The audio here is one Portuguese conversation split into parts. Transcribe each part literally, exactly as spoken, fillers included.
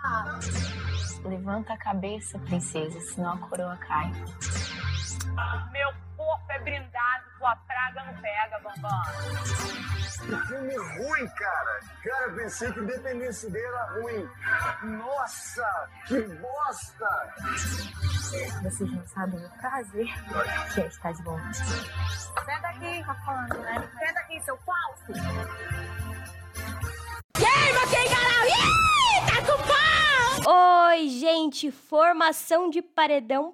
Levanta a cabeça, princesa, senão a coroa cai. Meu corpo é brindado, tua praga não pega, Bambam. Que filme ruim, cara. Cara, eu pensei que Independência Day era ruim. Nossa, que bosta. Vocês não sabem o prazer que é estar de volta. Senta aqui, tá falando, né? Senta aqui, seu falso. Queima quem, caralho! Ih, tá com pau! Oi, gente, formação de paredão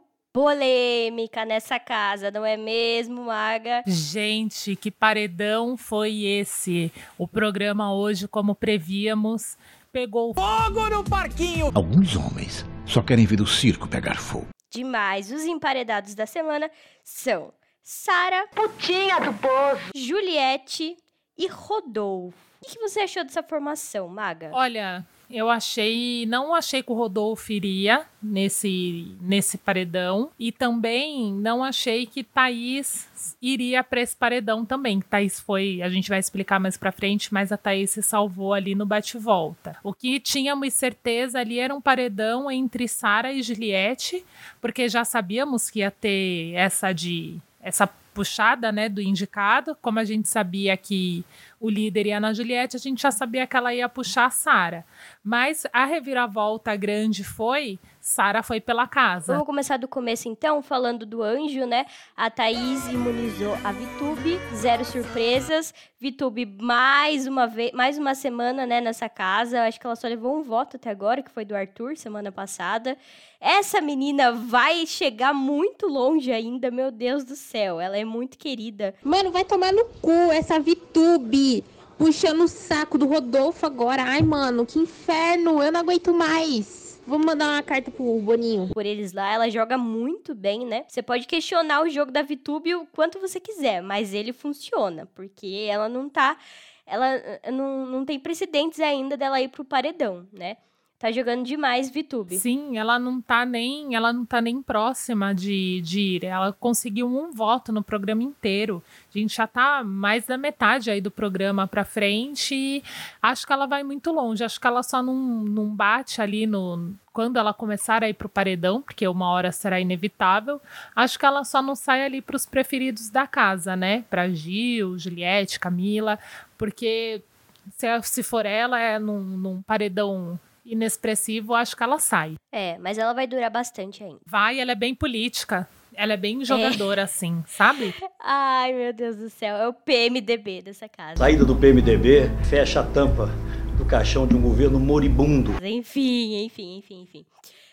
polêmica nessa casa, não é mesmo, Maga? Gente, que paredão foi esse? O programa hoje, como prevíamos, pegou fogo no parquinho. Alguns homens só querem ver o circo pegar fogo. Demais. Os emparedados da semana são Sara, Putinha do poço. Juliette e Rodolfo. O que você achou dessa formação, Maga? Olha, eu achei, não achei que o Rodolfo iria nesse, nesse paredão. E também não achei que Thaís iria para esse paredão também. Thaís foi, a gente vai explicar mais pra frente, mas a Thaís se salvou ali no bate-volta. O que tínhamos certeza ali era um paredão entre Sara e Juliette, porque já sabíamos que ia ter essa de... essa puxada, né, do indicado. Como a gente sabia que o líder ia na Juliette, a gente já sabia que ela ia puxar a Sara. Mas a reviravolta grande foi... Sara foi pela casa. Vamos começar do começo, então, falando do anjo, né? A Thaís imunizou a Vitube, zero surpresas. Vitube mais uma vez, mais uma semana, né, nessa casa. Acho que ela só levou um voto até agora, que foi do Arthur, semana passada. Essa menina vai chegar muito longe ainda, meu Deus do céu. Ela é muito querida. Mano, vai tomar no cu essa Vitube. Puxando o saco do Rodolfo agora. Ai, mano, que inferno. Eu não aguento mais. Vamos mandar uma carta pro Boninho. Por eles lá, ela joga muito bem, né? Você pode questionar o jogo da Vitube o quanto você quiser, mas ele funciona, porque ela não tá... Ela não, não tem precedentes ainda dela ir pro paredão, né? Tá jogando demais Vitube. Sim, ela não tá nem, ela não tá nem próxima de, de ir. Ela conseguiu um voto no programa inteiro. A gente já tá mais da metade aí do programa pra frente e acho que ela vai muito longe. Acho que ela só não, não bate ali no... Quando ela começar a ir pro paredão, porque uma hora será inevitável, acho que ela só não sai ali pros preferidos da casa, né? Pra Gil, Juliette, Camila, porque se, se for ela, é num, num paredão inexpressivo, acho que ela sai. É, mas ela vai durar bastante ainda. Vai, ela é bem política. Ela é bem jogadora, é. assim, sabe? Ai, meu Deus do céu. É o P M D B dessa casa. Saída do P M D B, fecha a tampa do caixão de um governo moribundo. Enfim, enfim, enfim, enfim.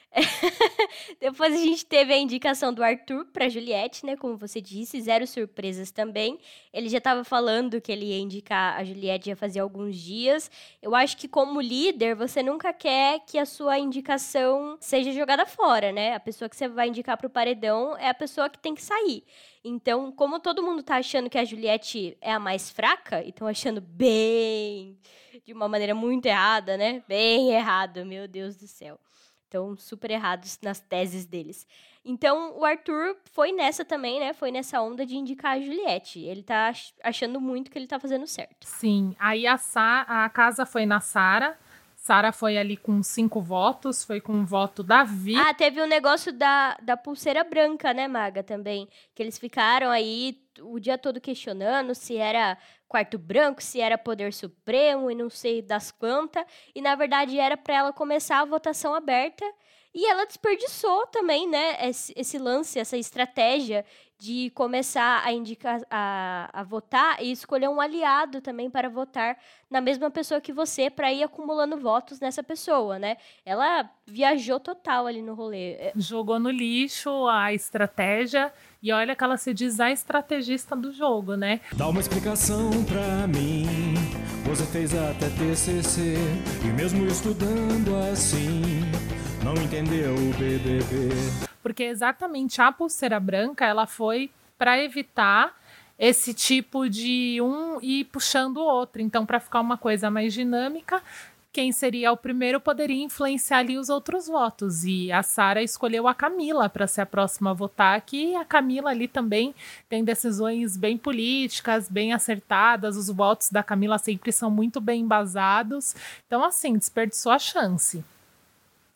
Depois a gente teve a indicação do Arthur pra Juliette, né? Como você disse, zero surpresas também. Ele já tava falando que ele ia indicar a Juliette já fazia alguns dias. Eu acho que como líder, você nunca quer que a sua indicação seja jogada fora, né? A pessoa que você vai indicar pro paredão é a pessoa que tem que sair. Então, como todo mundo tá achando que a Juliette é a mais fraca, e estão achando bem... de uma maneira muito errada, né? Bem errado, meu Deus do céu. Então, super errados nas teses deles. Então, o Arthur foi nessa também, né? Foi nessa onda de indicar a Juliette. Ele tá achando muito que ele tá fazendo certo. Sim. Aí a, Sa- a casa foi na Sara. Sara foi ali com cinco votos. Foi com um voto da Vi. Ah, teve o um negócio da, da pulseira branca, né, Maga, também. Que eles ficaram aí o dia todo questionando se era quarto branco, se era poder supremo e não sei das quantas. E, na verdade, era para ela começar a votação aberta. E ela desperdiçou também, né, esse, esse lance, essa estratégia de começar a indicar, a, a votar e escolher um aliado também para votar na mesma pessoa que você, para ir acumulando votos nessa pessoa, né? Ela viajou total ali no rolê. Jogou no lixo a estratégia e olha que ela se diz a estrategista do jogo, né? Dá uma explicação pra mim. Você fez até T C C e mesmo estudando assim, não entendeu o B B B. Porque exatamente a pulseira branca, ela foi para evitar esse tipo de um ir puxando o outro. Então, para ficar uma coisa mais dinâmica, quem seria o primeiro poderia influenciar ali os outros votos. E a Sara escolheu a Camila para ser a próxima a votar, que a Camila ali também tem decisões bem políticas, bem acertadas. Os votos da Camila sempre são muito bem embasados. Então, assim, desperdiçou a chance.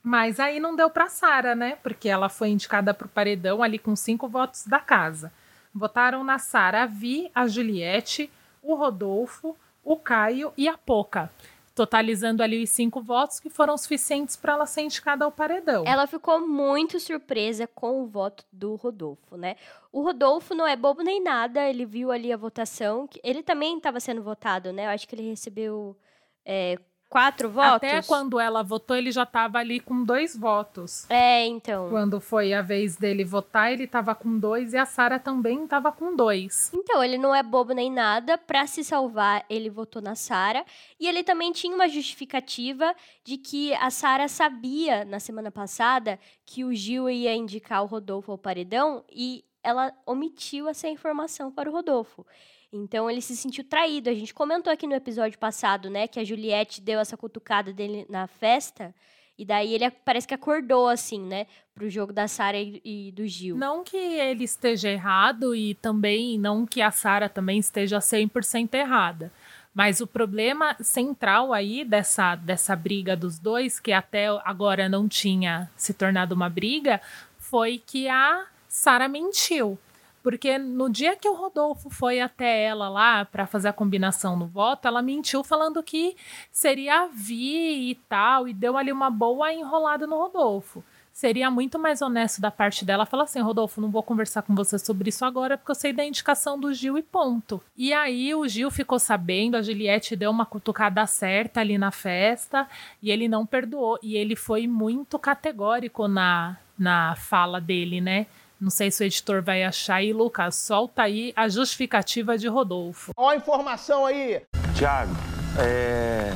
Mas aí não deu pra Sara, né? Porque ela foi indicada pro paredão ali com cinco votos da casa. Votaram na Sara a Vi, a Juliette, o Rodolfo, o Caio e a Poca. Totalizando ali os cinco votos que foram suficientes para ela ser indicada ao paredão. Ela ficou muito surpresa com o voto do Rodolfo, né? O Rodolfo não é bobo nem nada, ele viu ali a votação. Ele também estava sendo votado, né? Eu acho que ele recebeu é, quatro votos. Até quando ela votou, ele já estava ali com dois votos. É, então. Quando foi a vez dele votar, ele estava com dois e a Sara também estava com dois. Então, ele não é bobo nem nada. Pra se salvar, ele votou na Sara. E ele também tinha uma justificativa de que a Sara sabia, na semana passada, que o Gil ia indicar o Rodolfo ao paredão e ela omitiu essa informação para o Rodolfo. Então, ele se sentiu traído. A gente comentou aqui no episódio passado, né, que a Juliette deu essa cutucada dele na festa. E daí ele parece que acordou, assim, né, pro jogo da Sara e, e do Gil. Não que ele esteja errado e também não que a Sara também esteja cem por cento errada. Mas o problema central aí dessa, dessa briga dos dois, que até agora não tinha se tornado uma briga, foi que a Sara mentiu. Porque no dia que o Rodolfo foi até ela lá para fazer a combinação no voto, ela mentiu falando que seria a Vi e tal, e deu ali uma boa enrolada no Rodolfo. Seria muito mais honesto da parte dela falar assim, Rodolfo, não vou conversar com você sobre isso agora porque eu sei da indicação do Gil e ponto. E aí o Gil ficou sabendo, a Juliette deu uma cutucada certa ali na festa e ele não perdoou. E ele foi muito categórico na, na fala dele, né? Não sei se o editor vai achar aí, Lucas, solta aí a justificativa de Rodolfo. Ó a informação aí! Thiago, é...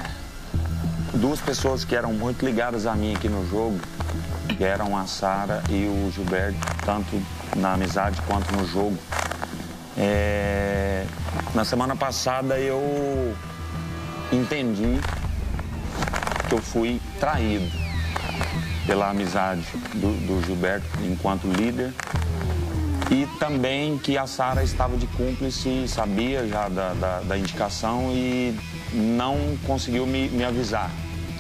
duas pessoas que eram muito ligadas a mim aqui no jogo, que eram a Sara e o Gilberto, tanto na amizade quanto no jogo. É... Na semana passada eu entendi que eu fui traído pela amizade do, do Gilberto enquanto líder e também que a Sara estava de cúmplice, sabia já da, da, da indicação e não conseguiu me, me avisar.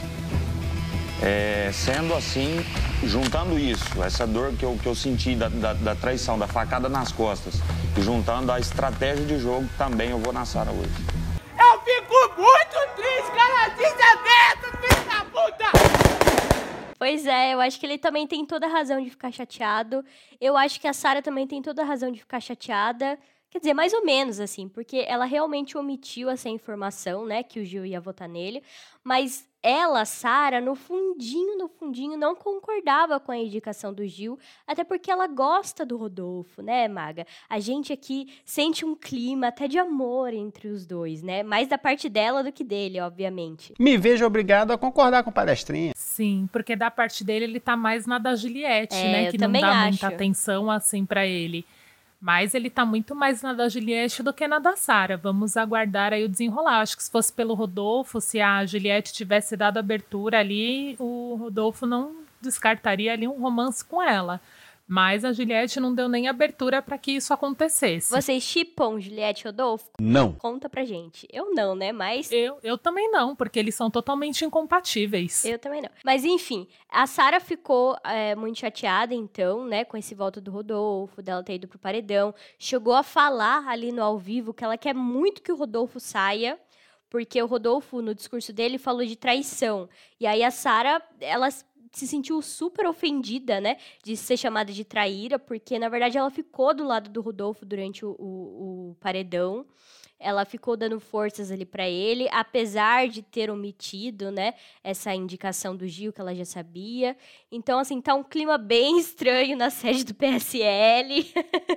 É, sendo assim, juntando isso, essa dor que eu, que eu senti da, da, da traição, da facada nas costas e juntando a estratégia de jogo, também eu vou na Sara hoje. Eu fico muito triste, cara, desaberto, filho da puta! Pois é, eu acho que ele também tem toda a razão de ficar chateado. Eu acho que a Sara também tem toda a razão de ficar chateada. Quer dizer, mais ou menos, assim, porque ela realmente omitiu essa informação, né, que o Gil ia votar nele. Mas ela, Sara, no fundinho, no fundinho, não concordava com a indicação do Gil, até porque ela gosta do Rodolfo, né, Maga? A gente aqui sente um clima até de amor entre os dois, né? Mais da parte dela do que dele, obviamente. Me vejo obrigado a concordar com o palestrinha. Sim, porque da parte dele ele tá mais na da Juliette, é, né? Que não dá acho. muita atenção assim pra ele. Mas ele tá muito mais na da Juliette do que na da Sara. Vamos aguardar aí o desenrolar. Acho que se fosse pelo Rodolfo, se a Juliette tivesse dado abertura ali, o Rodolfo não descartaria ali um romance com ela. Mas a Juliette não deu nem abertura para que isso acontecesse. Vocês shippam Juliette e Rodolfo? Não. Conta pra gente. Eu não, né? Mas... Eu, eu também não, porque eles são totalmente incompatíveis. Eu também não. Mas, enfim, a Sara ficou é, muito chateada, então, né? Com esse voto do Rodolfo, dela ter ido pro paredão. Chegou a falar ali no ao vivo que ela quer muito que o Rodolfo saia. Porque o Rodolfo, no discurso dele, falou de traição. E aí a Sara, ela... se sentiu super ofendida, né, de ser chamada de traíra, porque, na verdade, ela ficou do lado do Rodolfo durante o, o, o paredão. Ela ficou dando forças ali pra ele, apesar de ter omitido, né, essa indicação do Gil, que ela já sabia. Então, assim, tá um clima bem estranho na sede do P S L.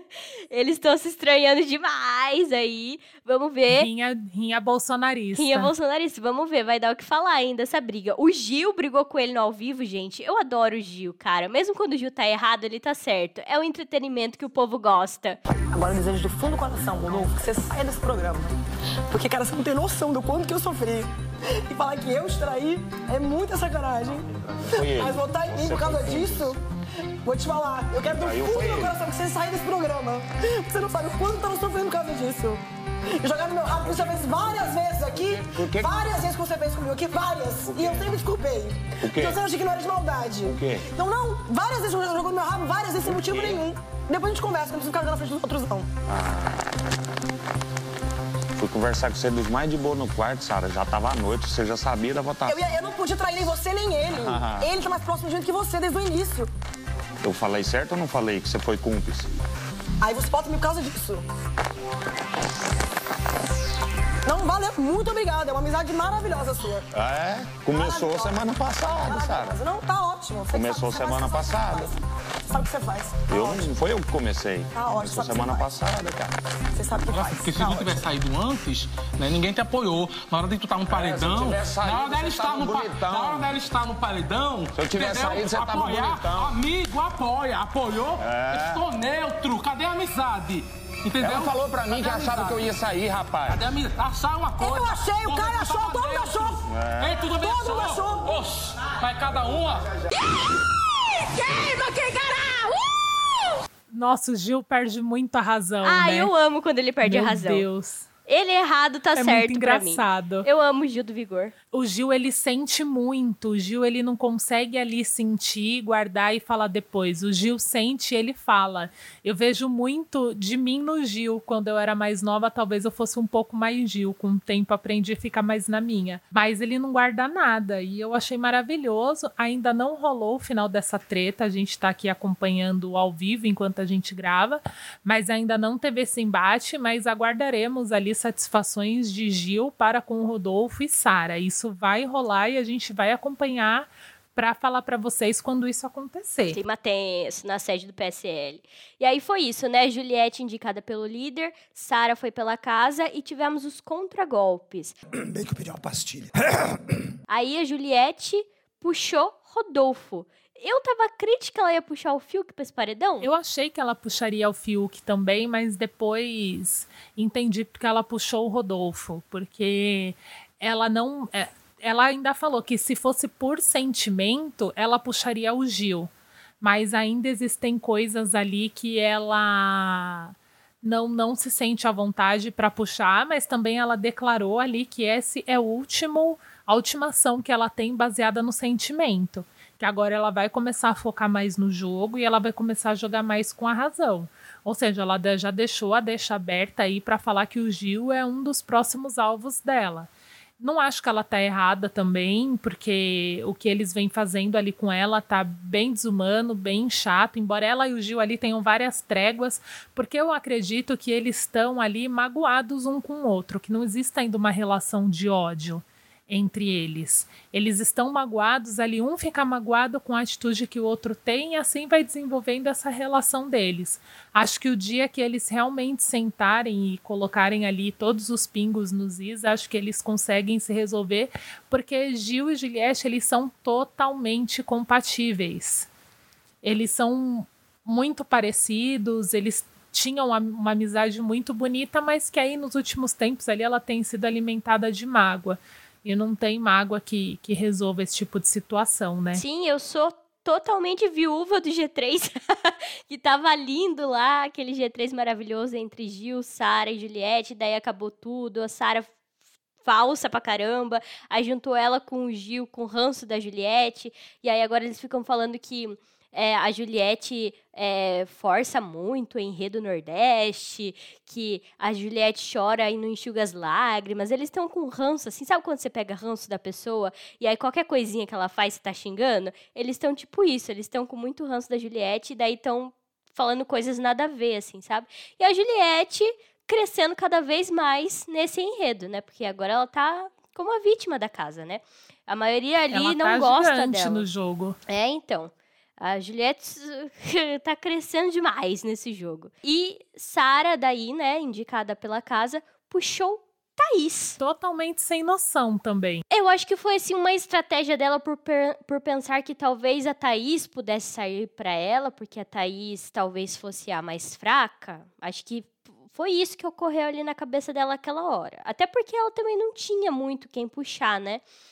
Eles estão se estranhando demais aí. Vamos ver. Rinha, rinha bolsonarista. Rinha bolsonarista. Vamos ver, vai dar o que falar ainda essa briga. O Gil brigou com ele no ao vivo, gente. Eu adoro o Gil, cara. Mesmo quando o Gil tá errado, ele tá certo. É o entretenimento que o povo gosta. Agora eu desejo do fundo do coração, Rodolfo, que você saia desse programa. Porque, cara, você não tem noção do quanto que eu sofri. E falar que eu extraí é muita sacanagem. Mas votar em mim por causa disso, Vou te falar, eu quero do Aí eu fundo fui do meu ele. coração que você saia desse programa. Você não sabe o quanto eu tava sofrendo por causa disso. Jogar no meu rabo, você já fez várias vezes aqui. Por quê? Várias vezes que você fez comigo aqui, várias. E eu sempre desculpei. Por quê? Então você acha que não era de maldade. Por quê? Não, não. Várias vezes você jogou no meu rabo, várias vezes sem motivo nenhum. Depois a gente conversa, não precisa ficar jogando na frente dos outros, não. Fui conversar com você dos mais de boa no quarto, Sara. Já tava à noite, você já sabia da votação. Eu, ia- eu não podia trair nem você nem ele. Ah. Ele tá mais próximo de mim que você desde o início. Eu falei certo ou não falei que você foi cúmplice? Aí você bota-me por causa disso. Não, valeu. Muito obrigada. É uma amizade maravilhosa sua. É? Começou semana passada, Sara. Não, tá ótimo. Você Começou sabe- semana você passada. Sabe o que você faz. Tá Eu ótimo. não foi eu que comecei. Tá ótimo, Começou sabe o que semana você passada, cara. Você sabe o que Nossa, faz. porque se Tá não ótimo. tivesse saído antes, né, ninguém te apoiou. Na hora de tu estar no paredão, tivesse saído, na hora dela você estar tava no pa- bonitão. na hora dela estar no paredão, Se eu tivesse entendeu? saído, você tava Apoiar, bonitão. amigo, apoia, apoiou. É. Estou neutro. Cadê a amizade? Entendeu? Ela falou pra mim Cadê que a achava que eu ia sair, rapaz. Cadê a amizade? Achar uma coisa. Eu achei, o Todo cara mundo achou, tava todo mundo neutro. achou. É. Ei, tudo bem Todo mundo achou. Oxi, vai cada uma. Queima quem cará! Nossa, o Gil perde muito a razão, Ah, né? eu amo quando ele perde Meu a razão. Deus. Ele errado tá É certo muito pra mim. engraçado. Eu amo o Gil do Vigor. O Gil, ele sente muito. O Gil, ele não consegue ali sentir, guardar e falar depois. O Gil sente e ele fala. Eu vejo muito de mim no Gil. Quando eu era mais nova, talvez eu fosse um pouco mais Gil. Com o tempo, aprendi a ficar mais na minha. Mas ele não guarda nada. E eu achei maravilhoso. Ainda não rolou o final dessa treta. A gente tá aqui acompanhando ao vivo enquanto a gente grava. Mas ainda não teve esse embate. Mas aguardaremos ali satisfações de Gil para com o Rodolfo e Sara. Isso vai rolar e a gente vai acompanhar para falar para vocês quando isso acontecer. Clima tenso na sede do P S L. E aí foi isso, né? Juliette indicada pelo líder, Sara foi pela casa e tivemos os contragolpes. Bem que eu pedi uma pastilha. Aí a Juliette puxou Rodolfo. Eu tava crítica que ela ia puxar o Fiuk pra esse paredão. Eu achei que ela puxaria o Fiuk também, mas depois entendi porque ela puxou o Rodolfo, porque ela não... é, ela ainda falou que se fosse por sentimento, ela puxaria o Gil. Mas ainda existem coisas ali que ela não, não se sente à vontade para puxar, mas também ela declarou ali que esse é o último, a última ação que ela tem baseada no sentimento. Que agora ela vai começar a focar mais no jogo e ela vai começar a jogar mais com a razão. Ou seja, ela já deixou a deixa aberta aí para falar que o Gil é um dos próximos alvos dela. Não acho que ela tá errada também, porque o que eles vêm fazendo ali com ela tá bem desumano, bem chato, embora ela e o Gil ali tenham várias tréguas, porque eu acredito que eles estão ali magoados um com o outro, que não existe ainda uma relação de ódio entre eles. Eles estão magoados ali, um fica magoado com a atitude que o outro tem e assim vai desenvolvendo essa relação deles. Acho que o dia que eles realmente sentarem e colocarem ali todos os pingos nos is, acho que eles conseguem se resolver, porque Gil e Juliette, eles são totalmente compatíveis. Eles são muito parecidos, eles tinham uma, uma amizade muito bonita, mas que aí nos últimos tempos ali ela tem sido alimentada de mágoa. E não tem mágoa que, que resolva esse tipo de situação, né? Sim, eu sou totalmente viúva do G três, que tava lindo lá, aquele G três maravilhoso entre Gil, Sara e Juliette, daí acabou tudo, a Sara falsa pra caramba, aí juntou ela com o Gil, com o ranço da Juliette, e aí agora eles ficam falando que É, a Juliette é, força muito o enredo Nordeste, que a Juliette chora e não enxuga as lágrimas. Eles estão com ranço, assim, sabe quando você pega ranço da pessoa e aí qualquer coisinha que ela faz você tá xingando? Eles estão tipo isso, eles estão com muito ranço da Juliette e daí estão falando coisas nada a ver, assim, sabe? E a Juliette crescendo cada vez mais nesse enredo, né? Porque agora ela tá como a vítima da casa, né? A maioria ali ela não tá gosta gigante dela. no jogo. É, então. A Juliette tá crescendo demais nesse jogo. E Sara, daí, né, indicada pela casa, puxou Thaís. Totalmente sem noção também. Eu acho que foi, assim, uma estratégia dela por, per- por pensar que talvez a Thaís pudesse sair pra ela, porque a Thaís talvez fosse a mais fraca. Acho que foi isso que ocorreu ali na cabeça dela naquela hora. Até porque ela também não tinha muito quem puxar, né?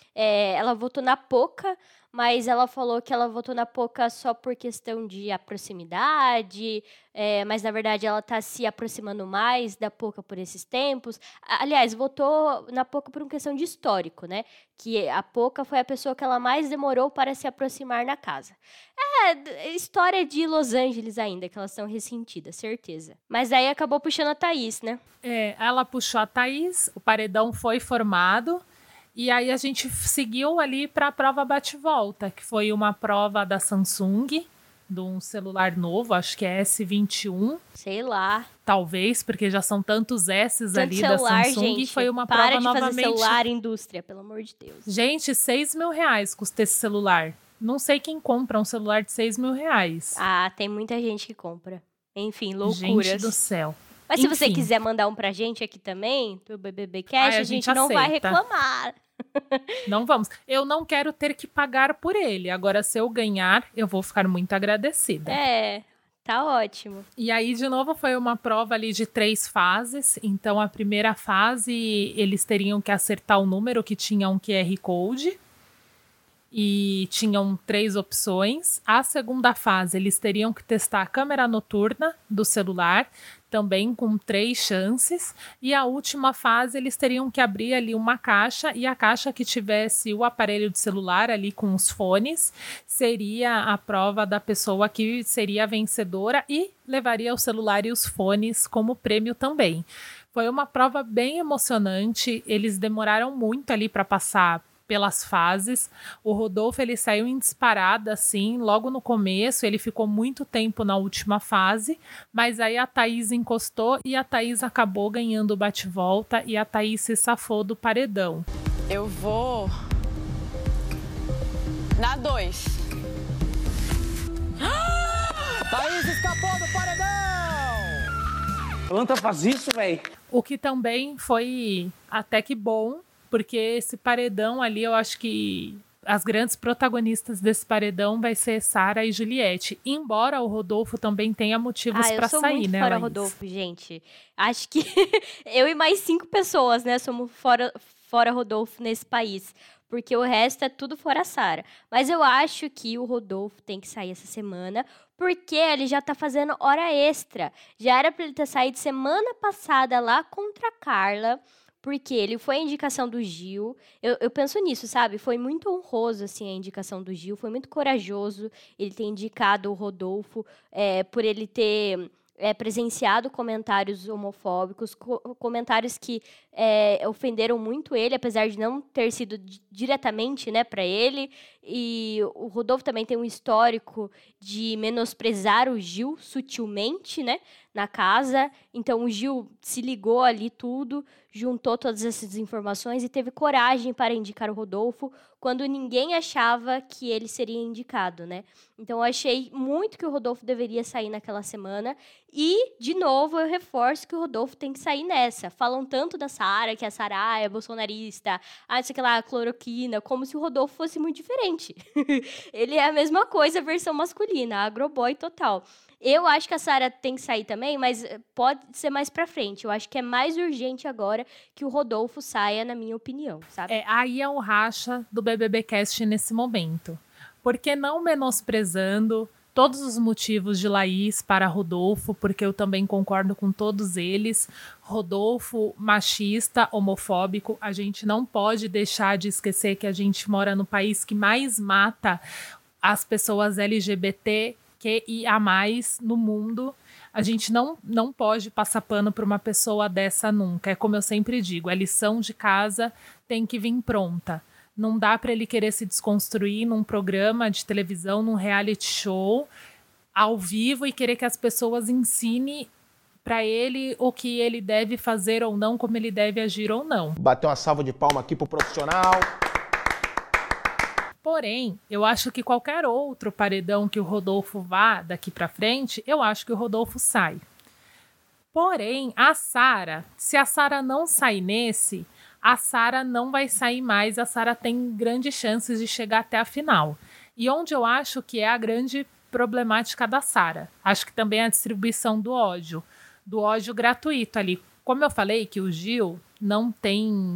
É, ela votou na Poca, mas ela falou que ela votou na Poca só por questão de a proximidade, é, mas na verdade ela tá se aproximando mais da Poca por esses tempos. Aliás, votou na Poca por uma questão de histórico, né? Que a Poca foi a pessoa que ela mais demorou para se aproximar na casa. É, história de Los Angeles ainda, que elas são ressentidas, certeza. Mas aí acabou puxando a Thaís, né? É, ela puxou a Thaís, o paredão foi formado. E aí a gente seguiu ali para a prova bate-volta, que foi uma prova da Samsung, de um celular novo, acho que é S vinte e um. Sei lá. Talvez, porque já são tantos S's Tanto ali celular, da Samsung. gente, E foi uma para prova de novamente. fazer celular, indústria, pelo amor de Deus. Gente, seis mil reais custa esse celular. Não sei quem compra um celular de seis mil reais. Ah, tem muita gente que compra. Enfim, loucuras. Gente do céu. Mas se Enfim. você quiser mandar um pra gente aqui também, do B B B Cash, Ai, a, a gente, gente não vai aceita. reclamar. Não vamos. Eu não quero ter que pagar por ele. Agora, se eu ganhar, eu vou ficar muito agradecida. É, tá ótimo. E aí, de novo, foi uma prova ali de três fases. Então, a primeira fase, eles teriam que acertar o número que tinha um Q R Code. E tinham três opções. A segunda fase, eles teriam que testar a câmera noturna do celular, também com três chances. E a última fase, eles teriam que abrir ali uma caixa, e a caixa que tivesse o aparelho de celular ali com os fones seria a prova da pessoa que seria a vencedora e levaria o celular e os fones como prêmio também. Foi uma prova bem emocionante, eles demoraram muito ali para passar pelas fases. O Rodolfo, ele saiu em disparada, assim, logo no começo, ele ficou muito tempo na última fase, mas aí a Thaís encostou e a Thaís acabou ganhando o bate-volta e a Thaís se safou do paredão. Eu vou na dois. Thaís escapou do paredão! Planta faz isso, velho. O que também foi até que bom, porque esse paredão ali, eu acho que as grandes protagonistas desse paredão vai ser Sara e Juliette. Embora o Rodolfo também tenha motivos ah, para sair, muito né, fora Laís? Rodolfo, gente. Acho que eu e mais cinco pessoas, né, somos fora, fora Rodolfo nesse país. Porque o resto é tudo fora Sara. Mas eu acho que o Rodolfo tem que sair essa semana, porque ele já tá fazendo hora extra. Já era para ele ter saído semana passada lá contra a Carla, porque ele foi a indicação do Gil. Eu, eu penso nisso, sabe? Foi muito honroso, assim, a indicação do Gil. Foi muito corajoso ele ter indicado o Rodolfo, é, por ele ter é, presenciado comentários homofóbicos, co- comentários que é, ofenderam muito ele, apesar de não ter sido di- diretamente, né, para ele. E o Rodolfo também tem um histórico de menosprezar o Gil sutilmente, né, na casa. Então o Gil se ligou ali tudo, juntou todas essas informações e teve coragem para indicar o Rodolfo quando ninguém achava que ele seria indicado, né? Então eu achei muito que o Rodolfo deveria sair naquela semana. E, de novo, eu reforço que o Rodolfo tem que sair nessa. Falam tanto da Sara, que a Sara é bolsonarista, ah, não sei o que lá, cloroquina, como se o Rodolfo fosse muito diferente. Ele é a mesma coisa, versão masculina, agroboy total. Eu acho que a Sara tem que sair também, mas pode ser mais pra frente. Eu acho que é mais urgente agora que o Rodolfo saia, na minha opinião, sabe? É, aí é o racha do B B B Cast nesse momento. Porque não menosprezando todos os motivos de Laís para Rodolfo, porque eu também concordo com todos eles. Rodolfo, machista, homofóbico, a gente não pode deixar de esquecer que a gente mora no país que mais mata as pessoas L G B T Q I A mais, no mundo. A gente não, não pode passar pano para uma pessoa dessa nunca. É como eu sempre digo, a lição de casa tem que vir pronta. Não dá para ele querer se desconstruir num programa de televisão, num reality show, ao vivo, e querer que as pessoas ensinem para ele o que ele deve fazer ou não, como ele deve agir ou não. Bater uma salva de palma aqui pro profissional. Porém, eu acho que qualquer outro paredão que o Rodolfo vá daqui para frente, eu acho que o Rodolfo sai. Porém, a Sara, se a Sara não sair nesse, a Sara não vai sair mais, a Sara tem grandes chances de chegar até a final. E onde eu acho que é a grande problemática da Sara, acho que também é a distribuição do ódio, do ódio gratuito ali. Como eu falei que o Gil não tem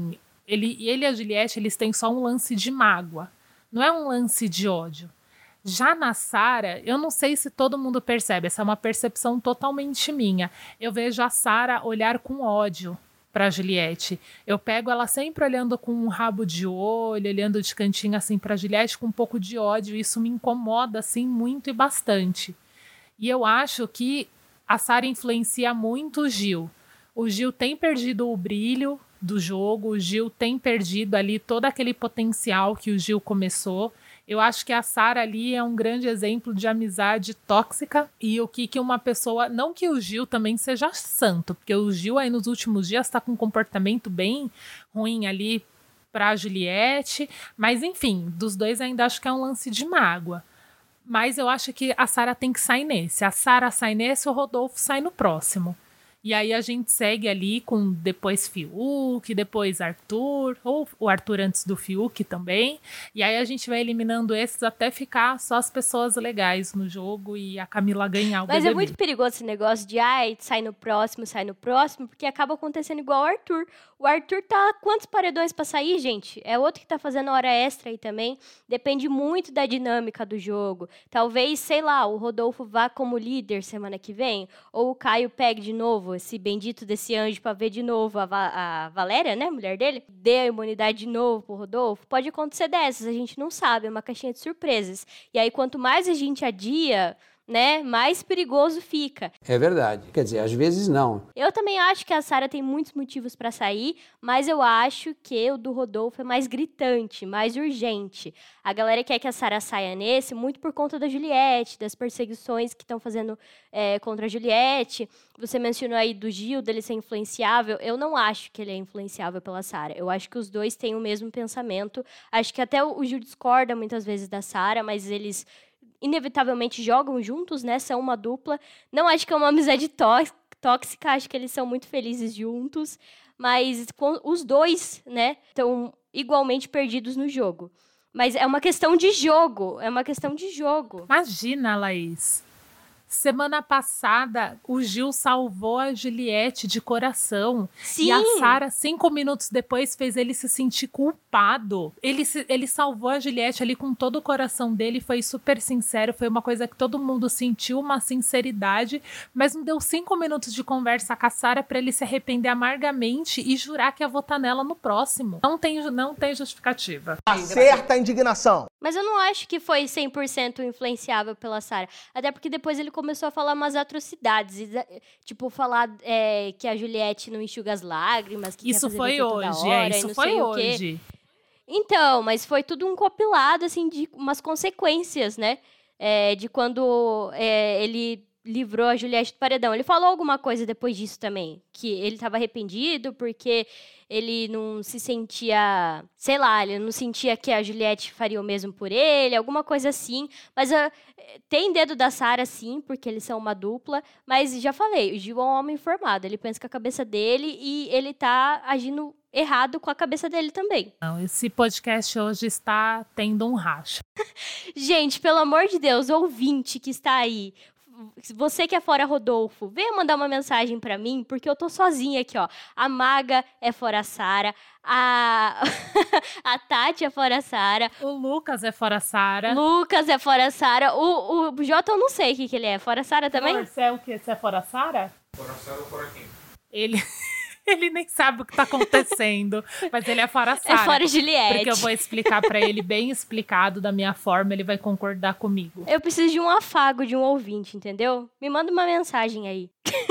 Ele, ele e a Juliette, eles têm só um lance de mágoa. Não é um lance de ódio. Já na Sarah, eu não sei se todo mundo percebe. Essa é uma percepção totalmente minha. Eu vejo a Sarah olhar com ódio para Juliette. Eu pego ela sempre olhando com um rabo de olho, olhando de cantinho assim para Juliette com um pouco de ódio. Isso me incomoda assim muito e bastante. E eu acho que a Sarah influencia muito o Gil. O Gil tem perdido o brilho do jogo, o Gil tem perdido ali todo aquele potencial que o Gil começou. Eu acho que a Sarah ali é um grande exemplo de amizade tóxica e o que, que uma pessoa... Não que o Gil também seja santo, porque o Gil aí nos últimos dias está com um comportamento bem ruim ali para a Juliette, mas enfim, dos dois ainda acho que é um lance de mágoa. Mas eu acho que a Sarah tem que sair nesse. A Sarah sai nesse, o Rodolfo sai no próximo. E aí a gente segue ali com depois Fiuk, depois Arthur, ou o Arthur antes do Fiuk também. E aí a gente vai eliminando esses até ficar só as pessoas legais no jogo e a Camila ganhar o Mas B B B. é muito perigoso esse negócio de ai, sai no próximo, sai no próximo, porque acaba acontecendo igual o Arthur. O Arthur tá quantos paredões pra sair, gente? É outro que tá fazendo hora extra aí também. Depende muito da dinâmica do jogo. Talvez, sei lá, o Rodolfo vá como líder semana que vem, ou o Caio pegue de novo esse bendito desse anjo pra ver de novo a, Va- a Valéria, né, mulher dele, dê a imunidade de novo pro Rodolfo. Pode acontecer dessas, a gente não sabe, é uma caixinha de surpresas. E aí, quanto mais a gente adia, né, mais perigoso fica. É verdade. Quer dizer, às vezes não. Eu também acho que a Sarah tem muitos motivos pra sair, mas eu acho que o do Rodolfo é mais gritante, mais urgente. A galera quer que a Sarah saia nesse muito por conta da Juliette, das perseguições que estão fazendo é, contra a Juliette. Você mencionou aí do Gil, dele ser influenciável. Eu não acho que ele é influenciável pela Sarah. Eu acho que os dois têm o mesmo pensamento. Acho que até o Gil discorda muitas vezes da Sarah, mas eles inevitavelmente jogam juntos, né? São uma dupla. Não acho que é uma amizade tó- tóxica, acho que eles são muito felizes juntos, mas com- os dois, né, estão igualmente perdidos no jogo. Mas é uma questão de jogo, é uma questão de jogo. Imagina, Laís. Semana passada, o Gil salvou a Juliette de coração. Sim. E a Sarah, cinco minutos depois, fez ele se sentir culpado. Ele, se, ele salvou a Juliette ali com todo o coração dele, foi super sincero, foi uma coisa que todo mundo sentiu, uma sinceridade, mas não deu cinco minutos de conversa com a Sarah pra ele se arrepender amargamente e jurar que ia votar nela no próximo. Não tem, não tem justificativa. Acerta a indignação. Mas eu não acho que foi cem por cento influenciável pela Sarah. Até porque depois ele começou a falar umas atrocidades. e, Tipo, falar é, que a Juliette não enxuga as lágrimas. Que Isso quer fazer foi V T toda hoje, hora, é, e isso não foi sei o quê. hoje. Então, mas foi tudo um compilado, assim, de umas consequências, né? É, de quando é, ele livrou a Juliette do paredão. Ele falou alguma coisa depois disso também, que ele estava arrependido porque ele não se sentia, sei lá, ele não sentia que a Juliette faria o mesmo por ele, alguma coisa assim. Mas uh, tem dedo da Sarah, sim, porque eles são uma dupla. Mas já falei, o Gil é um homem formado, ele pensa com a cabeça dele e ele tá agindo errado com a cabeça dele também. Não, esse podcast hoje está tendo um racha. Gente, pelo amor de Deus, ouvinte que está aí, você que é fora Rodolfo, venha mandar uma mensagem pra mim, porque eu tô sozinha aqui, ó. A Maga é fora a Sarah, a... a Tati é fora a Sarah. O Lucas é fora a Sarah. Lucas é fora a Sarah. O, o Jota eu não sei o que, que ele é. Fora a Sarah também? Você é o quê? Você é fora a Sarah? Fora a Sarah ou fora quem? Ele... Ele nem sabe o que tá acontecendo, mas ele é fora a Sarah. É fora Juliette. Porque eu vou explicar pra ele bem explicado da minha forma, ele vai concordar comigo. Eu preciso de um afago de um ouvinte, entendeu? Me manda uma mensagem aí.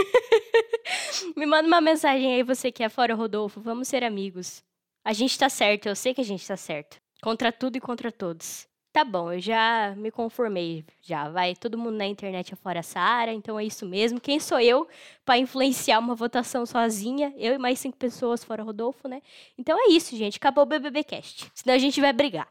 Me manda uma mensagem aí, você que é fora Rodolfo. Vamos ser amigos. A gente tá certo, eu sei que a gente tá certo. Contra tudo e contra todos. Tá bom, eu já me conformei, já, vai, todo mundo na internet é fora a Sarah, então é isso mesmo. Quem sou eu pra influenciar uma votação sozinha? Eu e mais cinco pessoas fora Rodolfo, né? Então é isso, gente, acabou o B B B Cast, senão a gente vai brigar.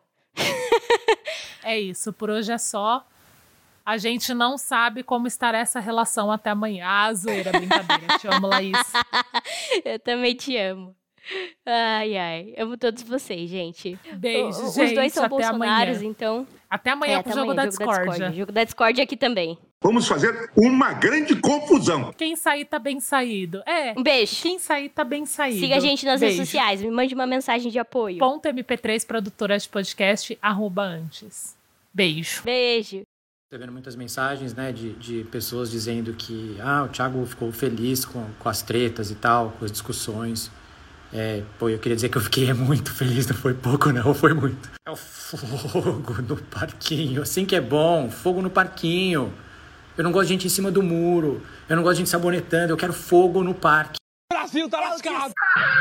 É isso, por hoje é só. A gente não sabe como estará essa relação até amanhã. Ah, zoeira, brincadeira, te amo, Laís. Eu também te amo. Ai, ai. Amo todos vocês, gente. Beijo, o, gente. Os dois são até bolsonaros, amanhã. então... Até amanhã é, pro até jogo amanhã, da jogo discórdia. O jogo da discórdia aqui também. Vamos fazer uma grande confusão. Quem sair tá bem saído. É. Um beijo. Quem sair tá bem saído. Siga a gente nas Beijo. redes sociais. Me mande uma mensagem de apoio. Ponto M P três produtora de podcast, arroba antes. Beijo. Beijo. Recebendo muitas mensagens, né, de, de pessoas dizendo que ah, o Thiago ficou feliz com, com as tretas e tal, com as discussões. É, pô, eu queria dizer que eu fiquei muito feliz, não foi pouco não, foi muito. É o fogo no parquinho, assim que é bom, fogo no parquinho. Eu não gosto de gente em cima do muro, eu não gosto de gente sabonetando, eu quero fogo no parque. O Brasil tá lascado!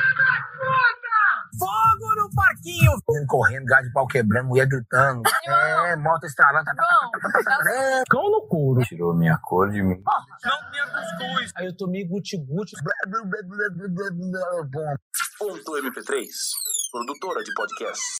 Fogo no parquinho! Correndo, gás de pau quebrando, mulher gritando. É, moto estralando. Cão no couro. Tirou minha cor de mim. Não tinha cuscuz. Aí eu tomei guti-guti. Ponto M P três, produtora de podcast.